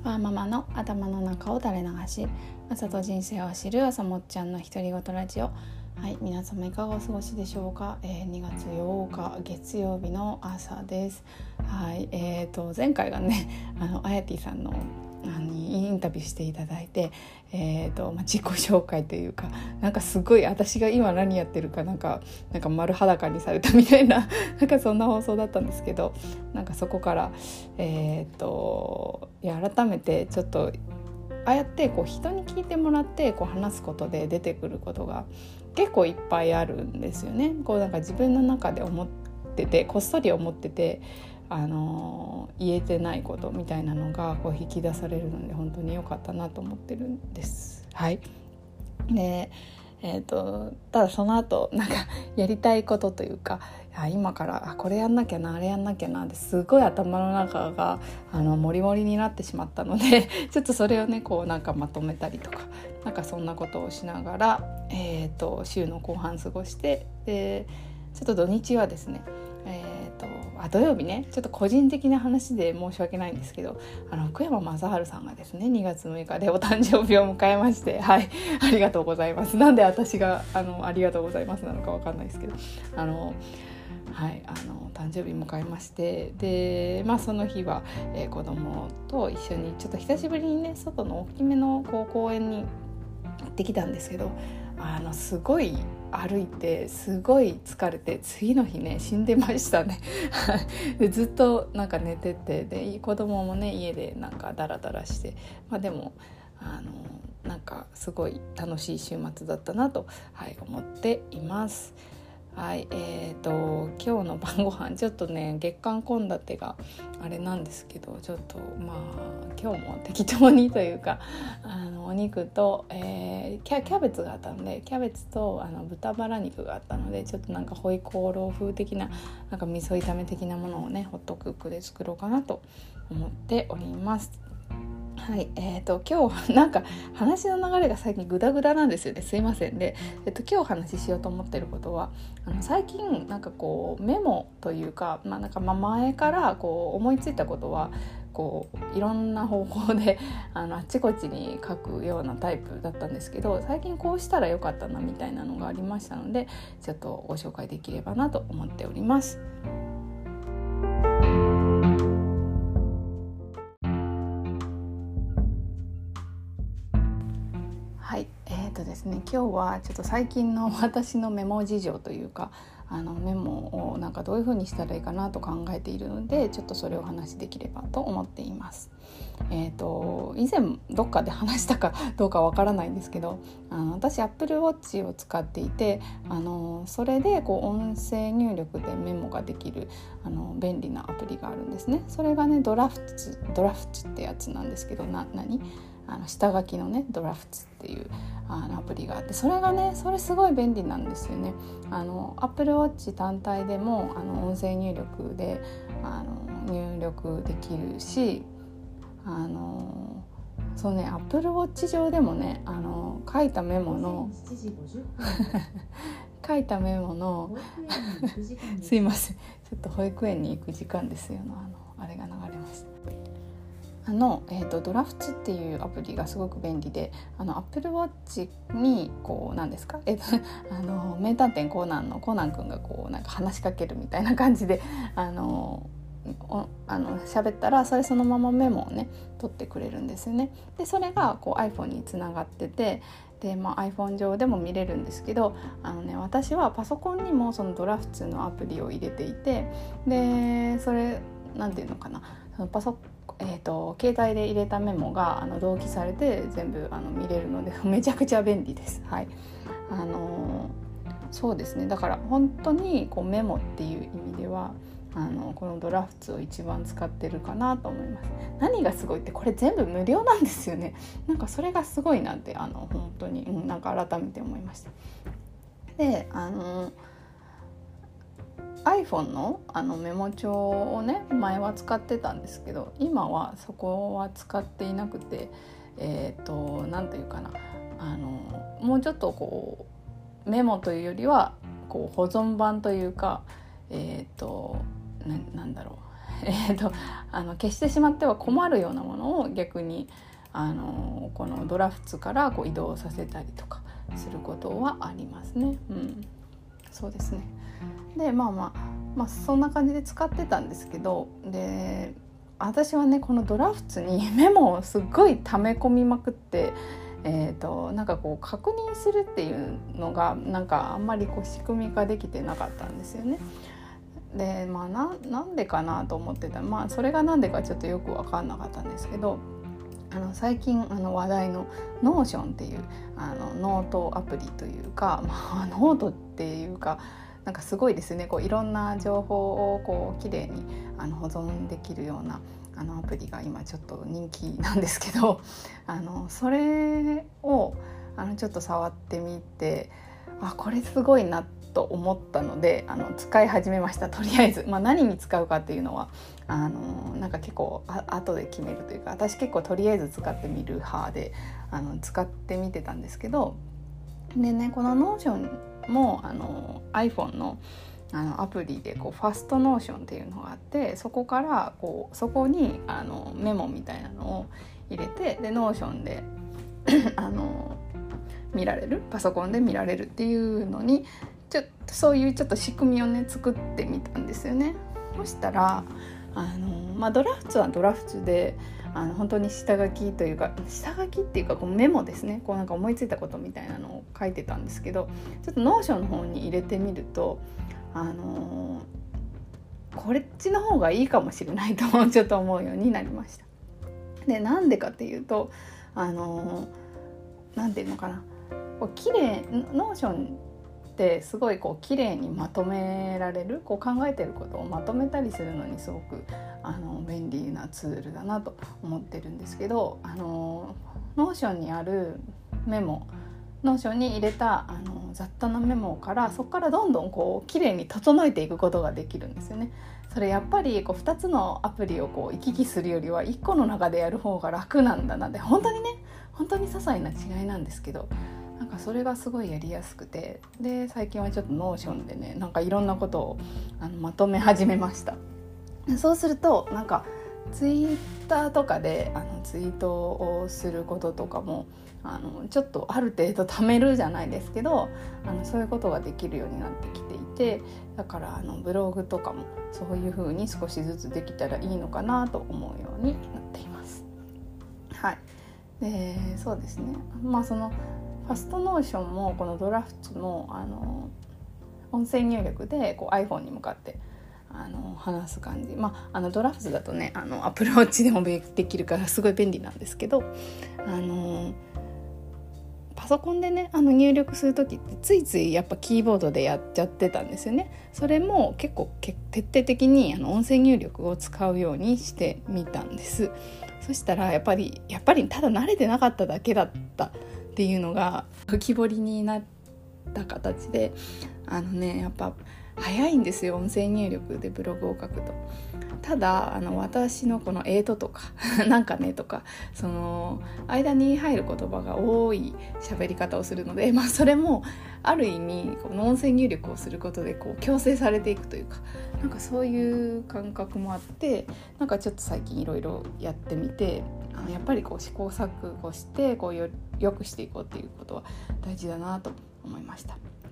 ワーママの頭の中を垂れ流し、朝と人生を知る朝もっちゃんの独り言ラジオ。はい、皆様いかがお過ごしでしょうか。2月8日月曜日の朝です。はい、前回がね、あやてぃさんのインタビューしていただいて、自己紹介というか、なんかすごい私が今何やってるかなんか丸裸にされたみたいななんかそんな放送だったんですけど、なんかそこから、改めてちょっとああやって人に聞いてもらって話すことで出てくることが結構いっぱいあるんですよね。なんか自分の中で思ってて、こっそり思ってて言えてないことみたいなのが引き出されるので本当に良かったなと思ってるんです。はい。で、ただその後なんかやりたいことというか、今からこれやんなきゃなあれやんなきゃなですごい頭の中がモリモリになってしまったのでちょっとそれをねなんかまとめたりとか、なんかそんなことをしながら、週の後半過ごして、でちょっと土日はですね、土曜日ね、ちょっと個人的な話で申し訳ないんですけど、福山雅治さんがですね2月6日でお誕生日を迎えまして、はい、ありがとうございます。なんで私がありがとうございますなのかわかんないですけど、はい、誕生日迎えまして、で、その日は、子供と一緒にちょっと久しぶりにね外の大きめの公園に行ってきたんですけど、すごい歩いてすごい疲れて次の日ね死んでましたねでずっとなんか寝てて、で子供もね家でなんかダラダラして、でもなんかすごい楽しい週末だったなと、思っています。はい、今日の晩ご飯ちょっとね月間献立があれなんですけど、ちょっと今日も適当にというかお肉と、キャベツがあったので、キャベツと豚バラ肉があったので、ちょっとなんかホイコーロー風的ななんか味噌炒め的なものをねホットクックで作ろうかなと思っております。はい、今日なんか話の流れが最近グダグダなんですよね。すいません。で、今日話しようと思ってることは、最近なんかメモというか、なんか前から思いついたことはいろんな方法であっちこっちに書くようなタイプだったんですけど、最近こうしたらよかったなみたいなのがありましたので、ちょっとご紹介できればなと思っております。はい、ですね、今日はちょっと最近の私のメモ事情というか、メモをなんかどういう風にしたらいいかなと考えているので、ちょっとそれをお話しできればと思っています。以前どっかで話したかどうかわからないんですけど、私 Apple Watch を使っていて、それで音声入力でメモができる便利なアプリがあるんですね。それがねドラフツってやつなんですけど、下書きのねドラフツっていうアプリがあって、それすごい便利なんですよね。Apple Watch 単体でも音声入力で入力できるし、そうね、Apple Watch 上でもね書いたメモのすいません、ちょっと保育園に行く時間ですよ、あれが流れました。ドラフツっていうアプリがすごく便利で、Apple Watch に何ですか、名探偵コナンのコナン君がなんか話しかけるみたいな感じで喋ったら、そのままメモをね取ってくれるんですよね。でそれがiPhone につながってて、で、iPhone 上でも見れるんですけど、私はパソコンにもそのドラフツのアプリを入れていて、でそれなんていうのかな、その携帯で入れたメモが同期されて全部見れるのでめちゃくちゃ便利です。はい、そうですね、だから本当にメモっていう意味ではこのドラフツを一番使ってるかなと思います。何がすごいってこれ全部無料なんですよね。なんかそれがすごいなって本当に、なんか改めて思いました。でiPhone のメモ帳をね前は使ってたんですけど、今はそこは使っていなくて、なんというかな、もうちょっとメモというよりは保存版というか、なんだろ消してしまっては困るようなものを逆にこのドラフツから移動させたりとかすることはありますね。そうですね。でまあそんな感じで使ってたんですけど、で私はねこのドラフツにメモをすっごい溜め込みまくって、なんか確認するっていうのがなんかあんまり仕組み化できてなかったんですよね。でなんでかなと思ってた、それがなんでかちょっとよく分かんなかったんですけど、最近話題のノーションっていうノートアプリというか、ノートっていうかなんかすごいですね、いろんな情報をきれいに保存できるようなアプリが今ちょっと人気なんですけど、それをちょっと触ってみて、これすごいなと思ったので使い始めました。とりあえず、何に使うかっていうのはなんか結構後で決めるというか、私結構とりあえず使ってみる派で使ってみてたんですけど、でねこのノーションもiPhone のアプリでファストノーションっていうのがあって、そこからそこにメモみたいなのを入れて、でノーションで見られる、パソコンで見られるっていうのにそういうちょっと仕組みをね作ってみたんですよね。そしたらドラフツはドラフツで本当に下書きっていうかメモですね、なんか思いついたことみたいなのを書いてたんですけど、ちょっとノーションの方に入れてみるとこっちの方がいいかもしれないとちょっと思うようになりました。でなんでかっていうとなんていうのかな、綺麗ノーションってすごい綺麗にまとめられる、考えてることをまとめたりするのにすごく便利なツールだなと思ってるんですけど、ノーションにあるメモ、ノーションに入れた雑多なメモからそこからどんどん綺麗に整えていくことができるんですよね。それやっぱり2つのアプリを行き来するよりは1個の中でやる方が楽なんだなって、本当に些細な違いなんですけど、なんかそれがすごいやりやすくて、で最近はちょっとノーションでねなんかいろんなことをまとめ始めました。そうするとなんかツイッターとかでツイートをすることとかもちょっとある程度貯めるじゃないですけどそういうことができるようになってきていて、だからブログとかもそういう風に少しずつできたらいいのかなと思うようになっています。はい。でそうですね、そのファストノーションもこのドラフツも音声入力でiPhone に向かって話す感じ、ドラフツだとねアプローチでもできるからすごい便利なんですけど、パソコンでね入力する時ってついついやっぱキーボードでやっちゃってたんですよね。それも結構徹底的に音声入力を使うようにしてみたんです。そしたらやっぱりただ慣れてなかっただけだったっていうのが浮き彫りになった形でやっぱ早いんですよ、音声入力でブログを書くと。ただ私のこのとかなんかねとかその間に入る言葉が多い喋り方をするので、それもある意味この音声入力をすることで強制されていくというか、なんかそういう感覚もあって、なんかちょっと最近いろいろやってみてやっぱり試行錯誤してよくしていこうっていうことは大事だなと思いました。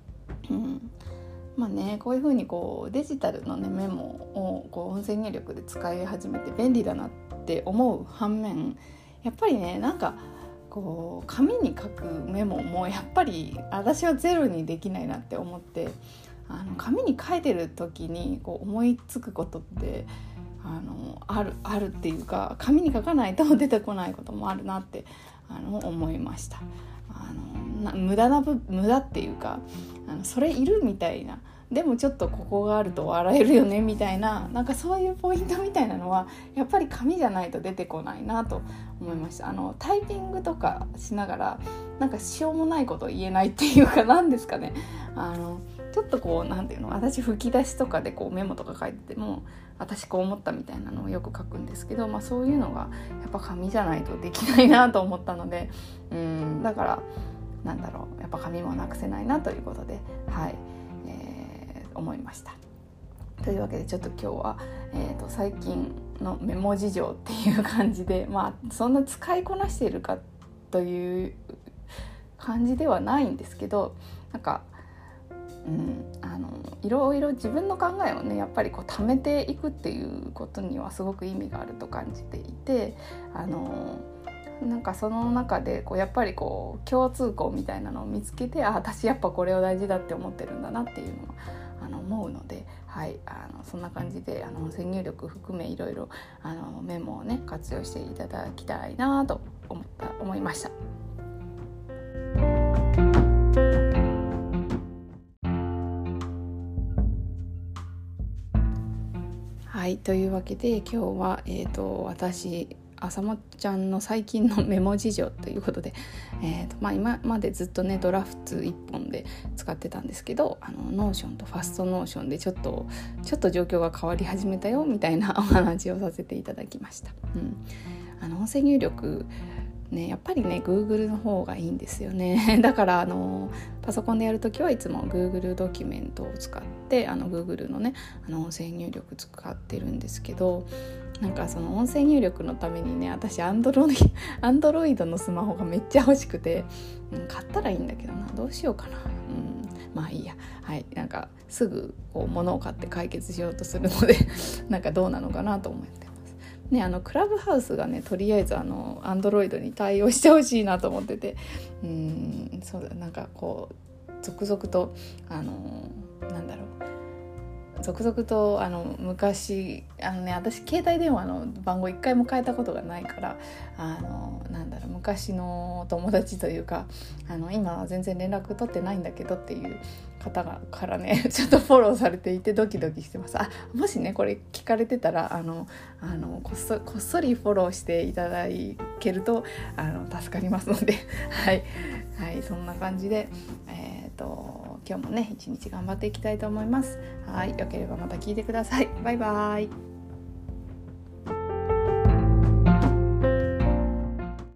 こういうふうにデジタルの、メモを音声入力で使い始めて便利だなって思う反面、やっぱりねなんか紙に書くメモもやっぱり私はゼロにできないなって思って、紙に書いてる時に思いつくことってあるっていうか、紙に書かないと出てこないこともあるなって思いました。無駄っていうかそれいるみたいな、でもちょっとここがあると笑えるよねみたいな、なんかそういうポイントみたいなのはやっぱり紙じゃないと出てこないなと思いました。タイピングとかしながらなんかしようもないことを言えないっていうか、なんですかね、ちょっとなんていうの、私吹き出しとかでメモとか書いてても私こう思ったみたいなのをよく書くんですけど、そういうのがやっぱ紙じゃないとできないなと思ったので、だからやっぱ紙もなくせないなということで、はい、思いました。 というわけでちょっと今日は、最近のメモ事情っていう感じで、そんな使いこなしているかという感じではないんですけど、なんか、いろいろ自分の考えをねやっぱりこう貯めていくっていうことにはすごく意味があると感じていて、なんかその中でこうやっぱりこう共通項みたいなのを見つけて、私やっぱこれを大事だって思ってるんだなっていうのは思うので、そんな感じで音声入力含めいろいろメモをね活用していただきたいなと思いました。はい、というわけで今日は、私あさもちゃんの最近のメモ事情ということで、今までずっとねドラフト1本で使ってたんですけど、ノーションとファストノーションでちょっと状況が変わり始めたよみたいなお話をさせていただきました。音声入力ね、やっぱりね Google の方がいいんですよね。だからパソコンでやるときはいつも Google ドキュメントを使ってGoogle のね音声入力使ってるんですけど、なんかその音声入力のためにね私Android のスマホがめっちゃ欲しくて、買ったらいいんだけどな、どうしようかな、まあいいや、なんかすぐこう物を買って解決しようとするのでなんかどうなのかなと思ってね、クラブハウスがねとりあえずAndroid に対応してほしいなと思ってて、そうだ、なんかこう続々と昔私携帯電話の番号一回も変えたことがないから昔の友達というか今は全然連絡取ってないんだけどっていう方からねちょっとフォローされていてドキドキしてます。もしねこれ聞かれてたらこっそりフォローしていただけると助かりますのでそんな感じで今日もね一日頑張っていきたいと思います。よければまた聞いてください。バイバイ。